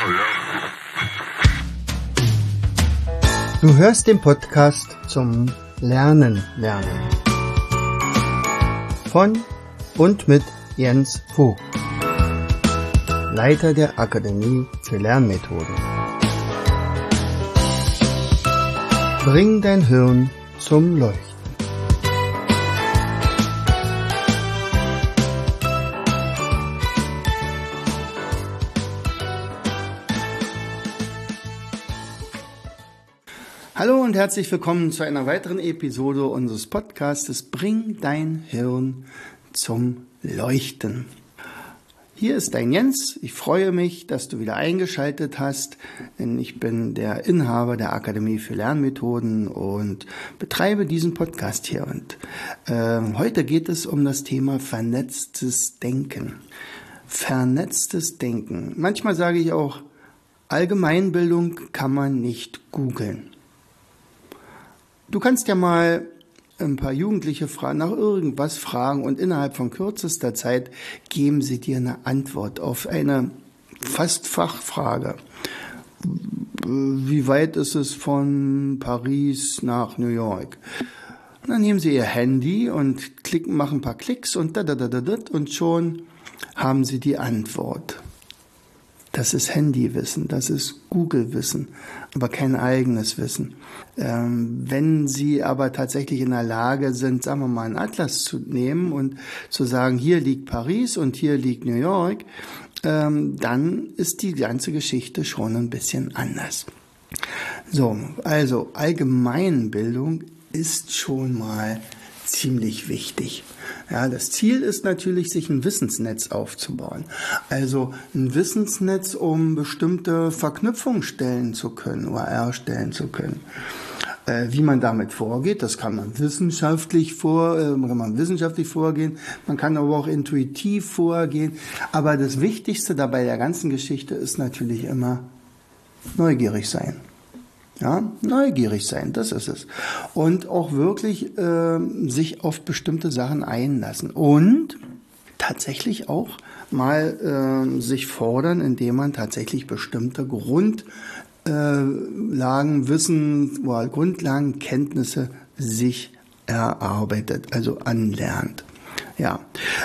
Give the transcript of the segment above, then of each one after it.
Du hörst den Podcast zum Lernen. Von und mit Jens Vogt, Leiter der Akademie für Lernmethoden. Bring dein Hirn zum Leuchten. Hallo und herzlich willkommen zu einer weiteren Episode unseres Podcastes Bring dein Hirn zum Leuchten. Hier ist dein Jens. Ich freue mich, dass du wieder eingeschaltet hast, denn ich bin der Inhaber der Akademie für Lernmethoden und betreibe diesen Podcast hier. Und heute geht es um das Thema vernetztes Denken. Vernetztes Denken. Manchmal sage ich auch, Allgemeinbildung kann man nicht googeln. Du kannst ja mal ein paar Jugendliche nach irgendwas fragen und innerhalb von kürzester Zeit geben sie dir eine Antwort auf eine fast Fachfrage. Wie weit ist es von Paris nach New York? Und dann nehmen sie ihr Handy und machen ein paar Klicks und und schon haben sie die Antwort. Das ist Handywissen, das ist Google-Wissen, aber kein eigenes Wissen. Wenn Sie aber tatsächlich in der Lage sind, sagen wir mal, einen Atlas zu nehmen und zu sagen, hier liegt Paris und hier liegt New York, dann ist die ganze Geschichte schon ein bisschen anders. So, also Allgemeinbildung ist schon mal ziemlich wichtig. Ja, das Ziel ist natürlich, sich ein Wissensnetz aufzubauen. Also ein Wissensnetz, um bestimmte Verknüpfungen stellen zu können oder erstellen zu können. Wie man damit vorgeht, das kann man wissenschaftlich vorgehen, man kann aber auch intuitiv vorgehen. Aber das Wichtigste dabei der ganzen Geschichte ist natürlich immer neugierig sein. Ja, neugierig sein, das ist es. Und auch wirklich sich auf bestimmte Sachen einlassen. Und tatsächlich auch mal sich fordern, indem man tatsächlich bestimmte Grundlagenwissen oder Grundlagenkenntnisse sich erarbeitet, also anlernt. Ja,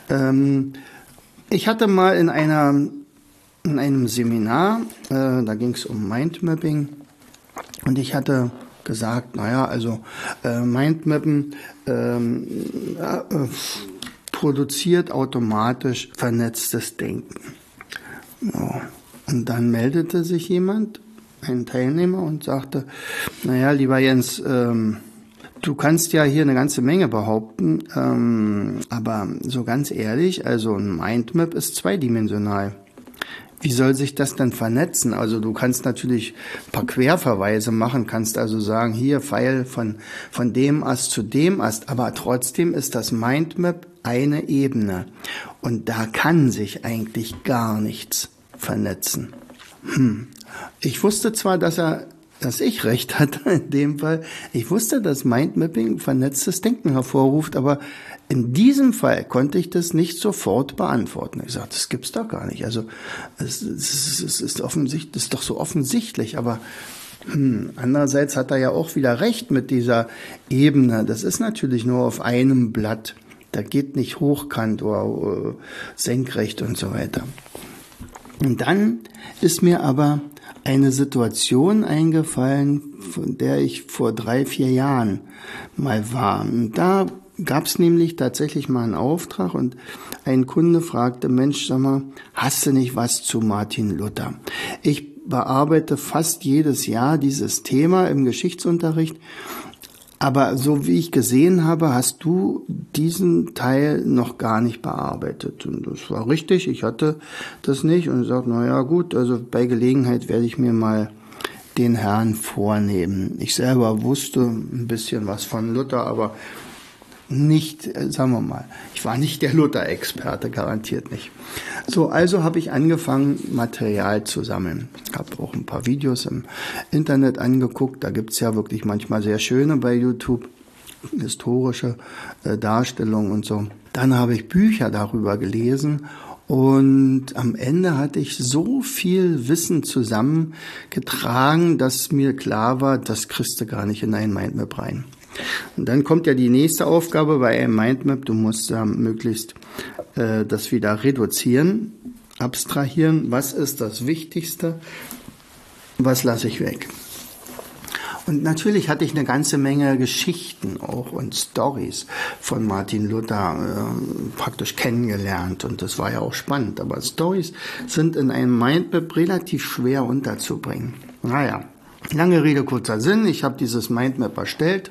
ich hatte mal in einem Seminar, da ging es um Mindmapping, und ich hatte gesagt, Mindmappen produziert automatisch vernetztes Denken. Ja. Und dann meldete sich jemand, ein Teilnehmer, und sagte, lieber Jens, du kannst ja hier eine ganze Menge behaupten, aber so ganz ehrlich, also ein Mindmap ist zweidimensional. Wie soll sich das denn vernetzen? Also du kannst natürlich ein paar Querverweise machen, kannst also sagen, hier Pfeil von dem Ast zu dem Ast, aber trotzdem ist das Mindmap eine Ebene und da kann sich eigentlich gar nichts vernetzen. Ich wusste zwar, dass ich recht hatte in dem Fall. Ich wusste, dass Mindmapping vernetztes Denken hervorruft, aber in diesem Fall konnte ich das nicht sofort beantworten. Ich sagte, das gibt's doch gar nicht. Also es ist offensichtlich, das ist doch so offensichtlich, aber andererseits hat er ja auch wieder recht mit dieser Ebene. Das ist natürlich nur auf einem Blatt. Da geht nicht hochkant oder senkrecht und so weiter. Und dann ist mir aber eine Situation eingefallen, von der ich vor 3-4 Jahren mal war. Und da gab es nämlich tatsächlich mal einen Auftrag und ein Kunde fragte, Mensch, sag mal, hast du nicht was zu Martin Luther? Ich bearbeite fast jedes Jahr dieses Thema im Geschichtsunterricht, aber so wie ich gesehen habe, hast du diesen Teil noch gar nicht bearbeitet. Und das war richtig, ich hatte das nicht und sagte, gut, also bei Gelegenheit werde ich mir mal den Herrn vornehmen. Ich selber wusste ein bisschen was von Luther, aber nicht, sagen wir mal, ich war nicht der Luther-Experte, garantiert nicht. So, also habe ich angefangen, Material zu sammeln. Habe auch ein paar Videos im Internet angeguckt. Da gibt's ja wirklich manchmal sehr schöne bei YouTube, historische Darstellungen und so. Dann habe ich Bücher darüber gelesen Und am Ende hatte ich so viel Wissen zusammengetragen, dass mir klar war, das kriegst du gar nicht in ein Mindmap rein. Und dann kommt ja die nächste Aufgabe bei einem Mindmap. Du musst möglichst das wieder reduzieren, abstrahieren. Was ist das Wichtigste? Was lasse ich weg? Und natürlich hatte ich eine ganze Menge Geschichten auch und Stories von Martin Luther praktisch kennengelernt. Und das war ja auch spannend. Aber Stories sind in einem Mindmap relativ schwer unterzubringen. Naja, lange Rede, kurzer Sinn. Ich habe dieses Mindmap erstellt.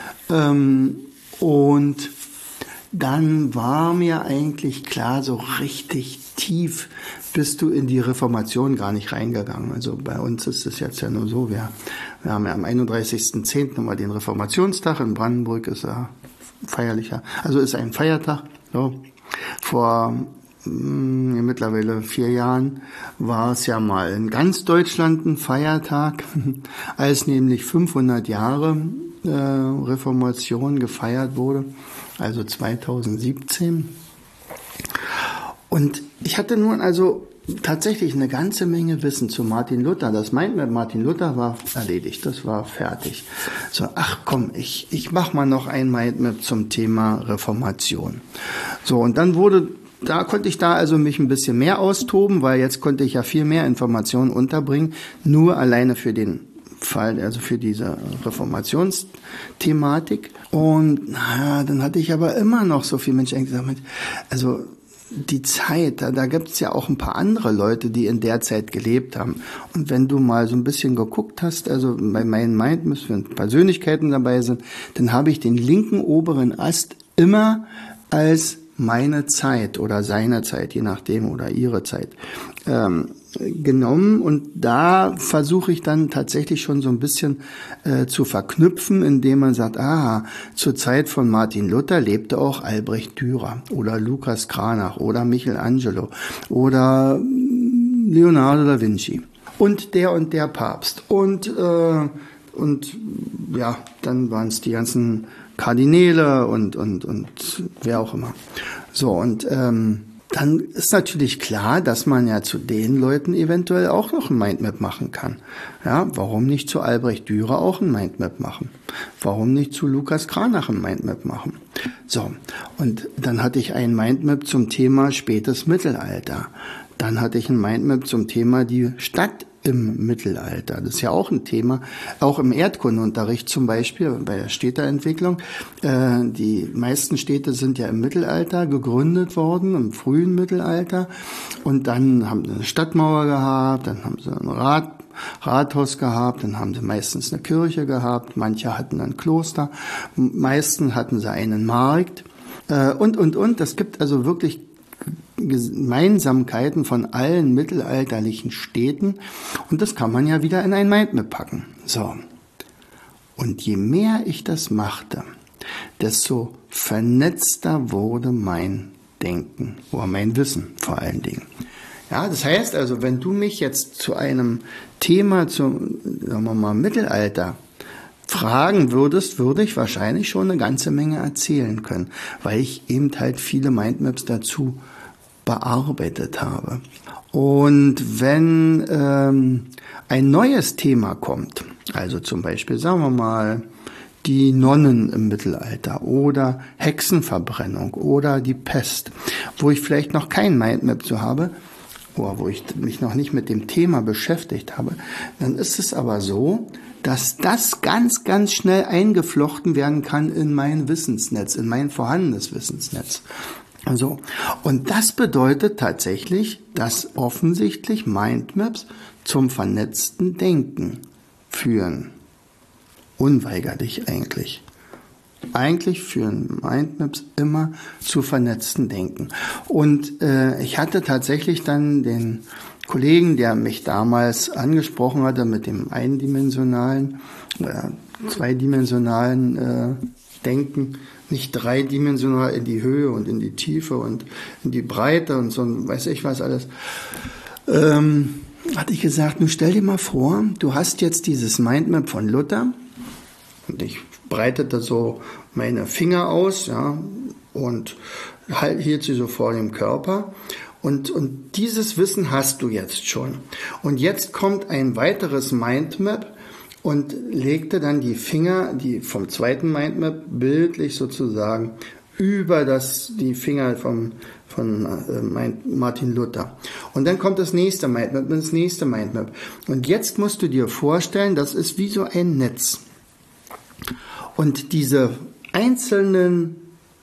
Und dann war mir eigentlich klar, so richtig tief bist du in die Reformation gar nicht reingegangen. Also bei uns ist es jetzt ja nur so, wir haben ja am 31.10. immer den Reformationstag, in Brandenburg ist er feierlicher, also ist ein Feiertag. So. Vor mittlerweile 4 Jahren war es ja mal in ganz Deutschland ein Feiertag, als nämlich 500 Jahre Reformation gefeiert wurde, also 2017. Und ich hatte nun also tatsächlich eine ganze Menge Wissen zu Martin Luther. Das Mindmap Martin Luther war erledigt, das war fertig. So, ach komm, ich mach mal noch ein Mindmap zum Thema Reformation. So, und dann konnte ich also mich ein bisschen mehr austoben, weil jetzt konnte ich ja viel mehr Informationen unterbringen, nur alleine für den Fall, also für diese Reformationsthematik. Und dann hatte ich aber immer noch so viel Menschen gesagt, also die Zeit, da gibt's ja auch ein paar andere Leute, die in der Zeit gelebt haben. Und wenn du mal so ein bisschen geguckt hast, also bei meinen Mindmaps, wenn Persönlichkeiten dabei sind, dann habe ich den linken oberen Ast immer als meine Zeit oder seine Zeit, je nachdem, oder ihre Zeit, genommen. Und da versuche ich dann tatsächlich schon so ein bisschen zu verknüpfen, indem man sagt, zur Zeit von Martin Luther lebte auch Albrecht Dürer oder Lucas Cranach oder Michelangelo oder Leonardo da Vinci und der Papst. Und ja, dann waren es die ganzen Kardinäle und wer auch immer. So, und dann ist natürlich klar, dass man ja zu den Leuten eventuell auch noch ein Mindmap machen kann. Ja, warum nicht zu Albrecht Dürer auch ein Mindmap machen? Warum nicht zu Lucas Cranach ein Mindmap machen? So, und dann hatte ich ein Mindmap zum Thema spätes Mittelalter. Dann hatte ich ein Mindmap zum Thema die Stadt im Mittelalter. Das ist ja auch ein Thema, auch im Erdkundeunterricht zum Beispiel, bei der Städteentwicklung. Die meisten Städte sind ja im Mittelalter gegründet worden, im frühen Mittelalter. Und dann haben sie eine Stadtmauer gehabt, dann haben sie ein Rathaus gehabt, dann haben sie meistens eine Kirche gehabt, manche hatten ein Kloster, meistens hatten sie einen Markt und. Das gibt also wirklich Gemeinsamkeiten von allen mittelalterlichen Städten und das kann man ja wieder in ein Mindmap packen. So. Und je mehr ich das machte, desto vernetzter wurde mein Denken oder mein Wissen vor allen Dingen. Ja, das heißt also, wenn du mich jetzt zu einem Thema zum, sagen wir mal, Mittelalter fragen würdest, würde ich wahrscheinlich schon eine ganze Menge erzählen können, weil ich eben halt viele Mindmaps dazu bearbeitet habe. Und wenn ein neues Thema kommt, also zum Beispiel, sagen wir mal, die Nonnen im Mittelalter oder Hexenverbrennung oder die Pest, wo ich vielleicht noch kein Mindmap zu habe, oder wo ich mich noch nicht mit dem Thema beschäftigt habe, dann ist es aber so, dass das ganz, ganz schnell eingeflochten werden kann in mein Wissensnetz, in mein vorhandenes Wissensnetz. Also, und das bedeutet tatsächlich, dass offensichtlich Mindmaps zum vernetzten Denken führen. Unweigerlich eigentlich. Eigentlich führen Mindmaps immer zu vernetzten Denken. Und ich hatte tatsächlich dann den Kollegen, der mich damals angesprochen hatte mit dem eindimensionalen oder zweidimensionalen Denken, nicht dreidimensional in die Höhe und in die Tiefe und in die Breite und so, weiß ich was alles, hatte ich gesagt, nun stell dir mal vor, du hast jetzt dieses Mindmap von Luther und ich breitete so meine Finger aus, ja, und hielt sie so vor dem Körper Und dieses Wissen hast du jetzt schon. Und jetzt kommt ein weiteres Mindmap und legte dann die Finger, die vom zweiten Mindmap bildlich sozusagen über die Finger von Martin Luther. Und dann kommt das nächste Mindmap und das nächste Mindmap. Und jetzt musst du dir vorstellen, das ist wie so ein Netz. Und diese einzelnen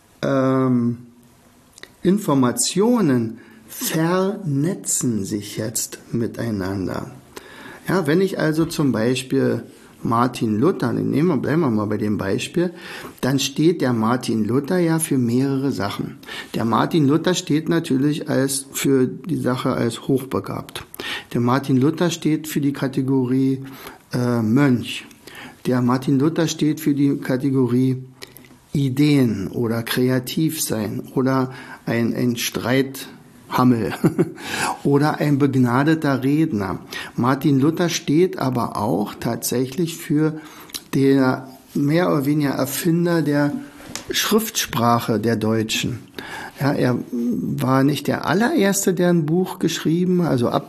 Informationen vernetzen sich jetzt miteinander. Ja, wenn ich also zum Beispiel Martin Luther, bleiben wir mal bei dem Beispiel, dann steht der Martin Luther ja für mehrere Sachen. Der Martin Luther steht natürlich für die Sache als hochbegabt. Der Martin Luther steht für die Kategorie Mönch. Der Martin Luther steht für die Kategorie Ideen oder kreativ sein oder ein Streithammel oder ein begnadeter Redner. Martin Luther steht aber auch tatsächlich für der mehr oder weniger Erfinder der Schriftsprache der Deutschen. Ja, er war nicht der allererste, der ein Buch geschrieben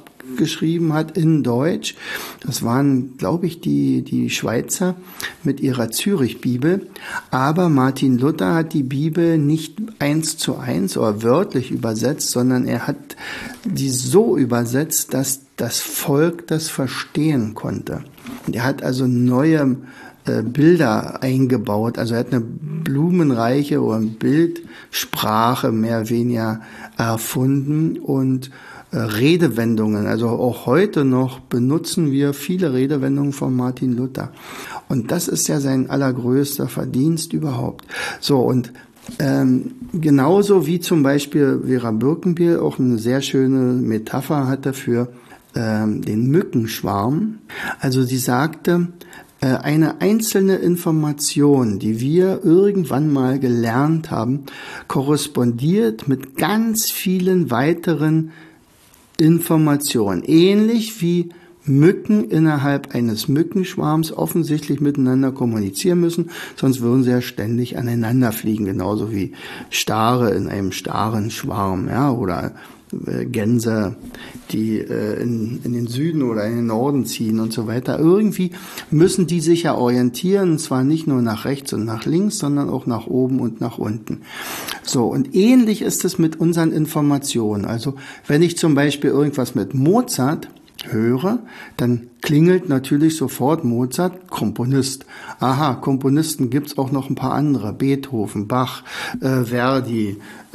hat in Deutsch. Das waren, glaube ich, die Schweizer mit ihrer Zürich-Bibel. Aber Martin Luther hat die Bibel nicht 1:1 oder wörtlich übersetzt, sondern er hat die so übersetzt, dass das Volk das verstehen konnte. Und er hat also neue Bilder eingebaut. Also er hat eine blumenreiche oder Bildsprache mehr oder weniger erfunden und Redewendungen. Also auch heute noch benutzen wir viele Redewendungen von Martin Luther. Und das ist ja sein allergrößter Verdienst überhaupt. So, und genauso wie zum Beispiel Vera Birkenbiel auch eine sehr schöne Metapher hatte für den Mückenschwarm. Also sie sagte, eine einzelne Information, die wir irgendwann mal gelernt haben, korrespondiert mit ganz vielen weiteren Informationen. Ähnlich wie Mücken innerhalb eines Mückenschwarms offensichtlich miteinander kommunizieren müssen, sonst würden sie ja ständig aneinander fliegen, genauso wie Stare in einem starren Schwarm, ja, oder Gänse, die in den Süden oder in den Norden ziehen und so weiter. Irgendwie müssen die sich ja orientieren, und zwar nicht nur nach rechts und nach links, sondern auch nach oben und nach unten. So, und ähnlich ist es mit unseren Informationen. Also, wenn ich zum Beispiel irgendwas mit Mozart höre, dann klingelt natürlich sofort Mozart, Komponist. Aha, Komponisten gibt's auch noch ein paar andere. Beethoven, Bach, Verdi,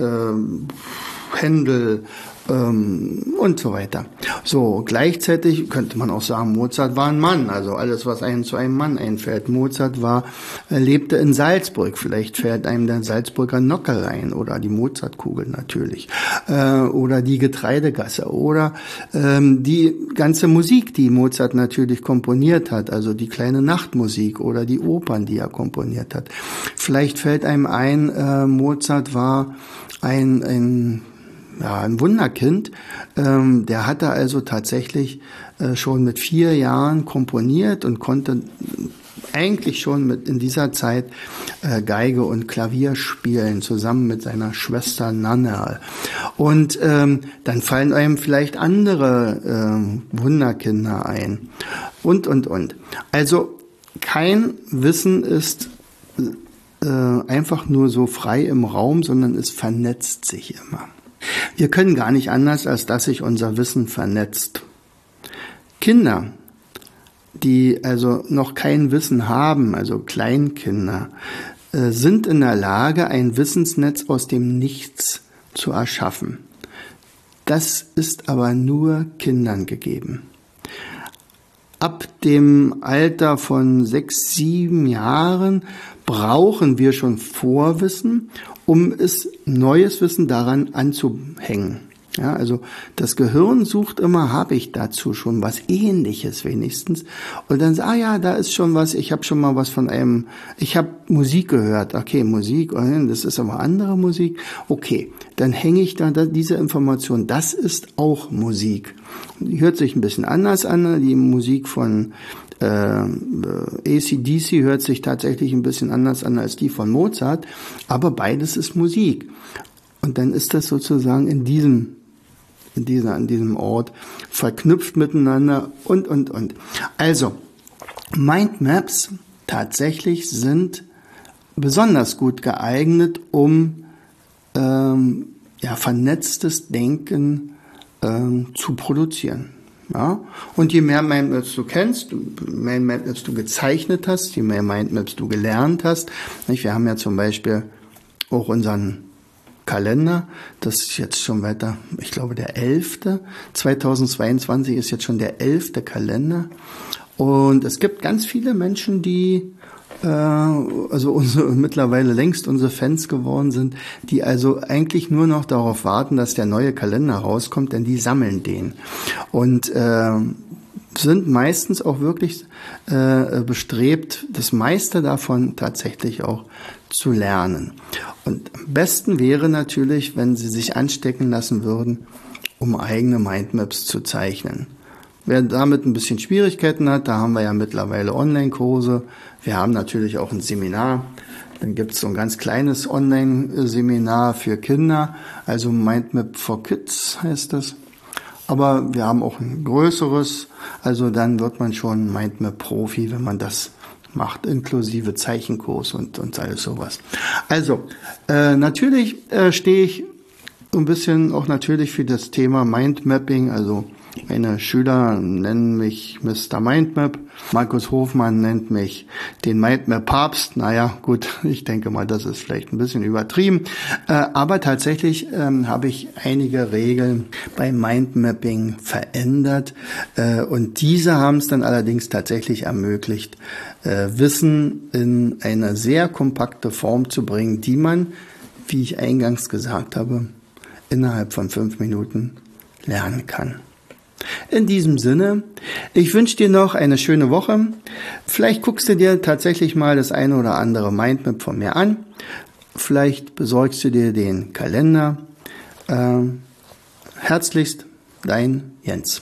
Händel und so weiter. So, gleichzeitig könnte man auch sagen, Mozart war ein Mann, also alles, was einem zu einem Mann einfällt. Mozart lebte in Salzburg, vielleicht fällt einem der Salzburger Nockel ein oder die Mozartkugel natürlich oder die Getreidegasse oder die ganze Musik, die Mozart natürlich komponiert hat, also die kleine Nachtmusik oder die Opern, die er komponiert hat. Vielleicht fällt einem ein, Mozart war ein Wunderkind. Der hatte also tatsächlich schon mit 4 Jahren komponiert und konnte eigentlich schon in dieser Zeit Geige und Klavier spielen, zusammen mit seiner Schwester Nannerl. Und dann fallen einem vielleicht andere Wunderkinder ein. Und. Also kein Wissen ist einfach nur so frei im Raum, sondern es vernetzt sich immer. Wir können gar nicht anders, als dass sich unser Wissen vernetzt. Kinder, die also noch kein Wissen haben, also Kleinkinder, sind in der Lage, ein Wissensnetz aus dem Nichts zu erschaffen. Das ist aber nur Kindern gegeben. Ab dem Alter von 6, 7 Jahren brauchen wir schon Vorwissen, um neues Wissen daran anzuhängen. Ja, also das Gehirn sucht immer, habe ich dazu schon was Ähnliches wenigstens? Und dann sagt, ja, da ist schon was, ich habe schon mal was ich habe Musik gehört. Okay, Musik, das ist aber andere Musik. Okay, dann hänge ich da diese Information, das ist auch Musik. Die hört sich ein bisschen anders an, die Musik von AC/DC hört sich tatsächlich ein bisschen anders an als die von Mozart, aber beides ist Musik. Und dann ist das sozusagen in diesem an diesem Ort, verknüpft miteinander und. Also, Mindmaps tatsächlich sind besonders gut geeignet, um vernetztes Denken zu produzieren. Ja? Und je mehr Mindmaps du kennst, je mehr Mindmaps du gezeichnet hast, je mehr Mindmaps du gelernt hast. Nicht? Wir haben ja zum Beispiel auch unseren Kalender, das ist jetzt schon weiter, ich glaube der 11. 2022 ist jetzt schon der 11. Kalender. Und es gibt ganz viele Menschen, die mittlerweile längst unsere Fans geworden sind, die also eigentlich nur noch darauf warten, dass der neue Kalender rauskommt, denn die sammeln den. Und sind meistens auch wirklich bestrebt, das meiste davon tatsächlich auch zu lernen. Und am besten wäre natürlich, wenn sie sich anstecken lassen würden, um eigene Mindmaps zu zeichnen. Wer damit ein bisschen Schwierigkeiten hat, da haben wir ja mittlerweile Online-Kurse. Wir haben natürlich auch ein Seminar. Dann gibt es so ein ganz kleines Online-Seminar für Kinder, also Mindmap for Kids heißt das. Aber wir haben auch ein größeres, also dann wird man schon Mindmap-Profi, wenn man das macht, inklusive Zeichenkurs und alles sowas. Also, natürlich stehe ich ein bisschen auch natürlich für das Thema Mindmapping, also meine Schüler nennen mich Mr. Mindmap. Markus Hofmann nennt mich den Mindmap-Papst. Naja, gut, ich denke mal, das ist vielleicht ein bisschen übertrieben. Aber tatsächlich habe ich einige Regeln beim Mindmapping verändert. Und diese haben es dann allerdings tatsächlich ermöglicht, Wissen in eine sehr kompakte Form zu bringen, die man, wie ich eingangs gesagt habe, innerhalb von 5 Minuten lernen kann. In diesem Sinne, ich wünsche dir noch eine schöne Woche. Vielleicht guckst du dir tatsächlich mal das eine oder andere Mindmap von mir an. Vielleicht besorgst du dir den Kalender. Herzlichst, dein Jens.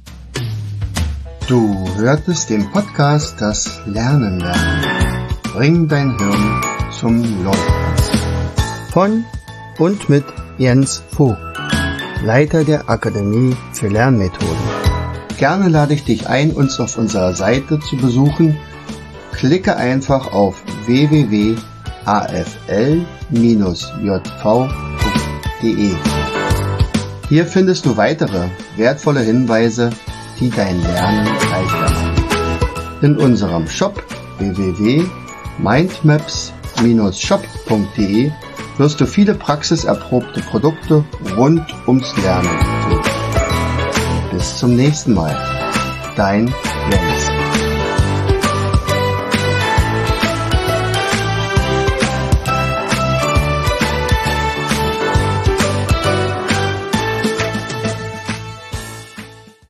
Du hörtest den Podcast Das Lernen lernen. Bring dein Hirn zum Leuchten. Von und mit Jens Vogt, Leiter der Akademie für Lernmethoden. Gerne lade ich dich ein, uns auf unserer Seite zu besuchen. Klicke einfach auf www.afl-jv.de. Hier findest du weitere wertvolle Hinweise, die dein Lernen leichter machen. In unserem Shop www.mindmaps-shop.de wirst du viele praxiserprobte Produkte rund ums Lernen finden. Bis zum nächsten Mal. Dein Jens.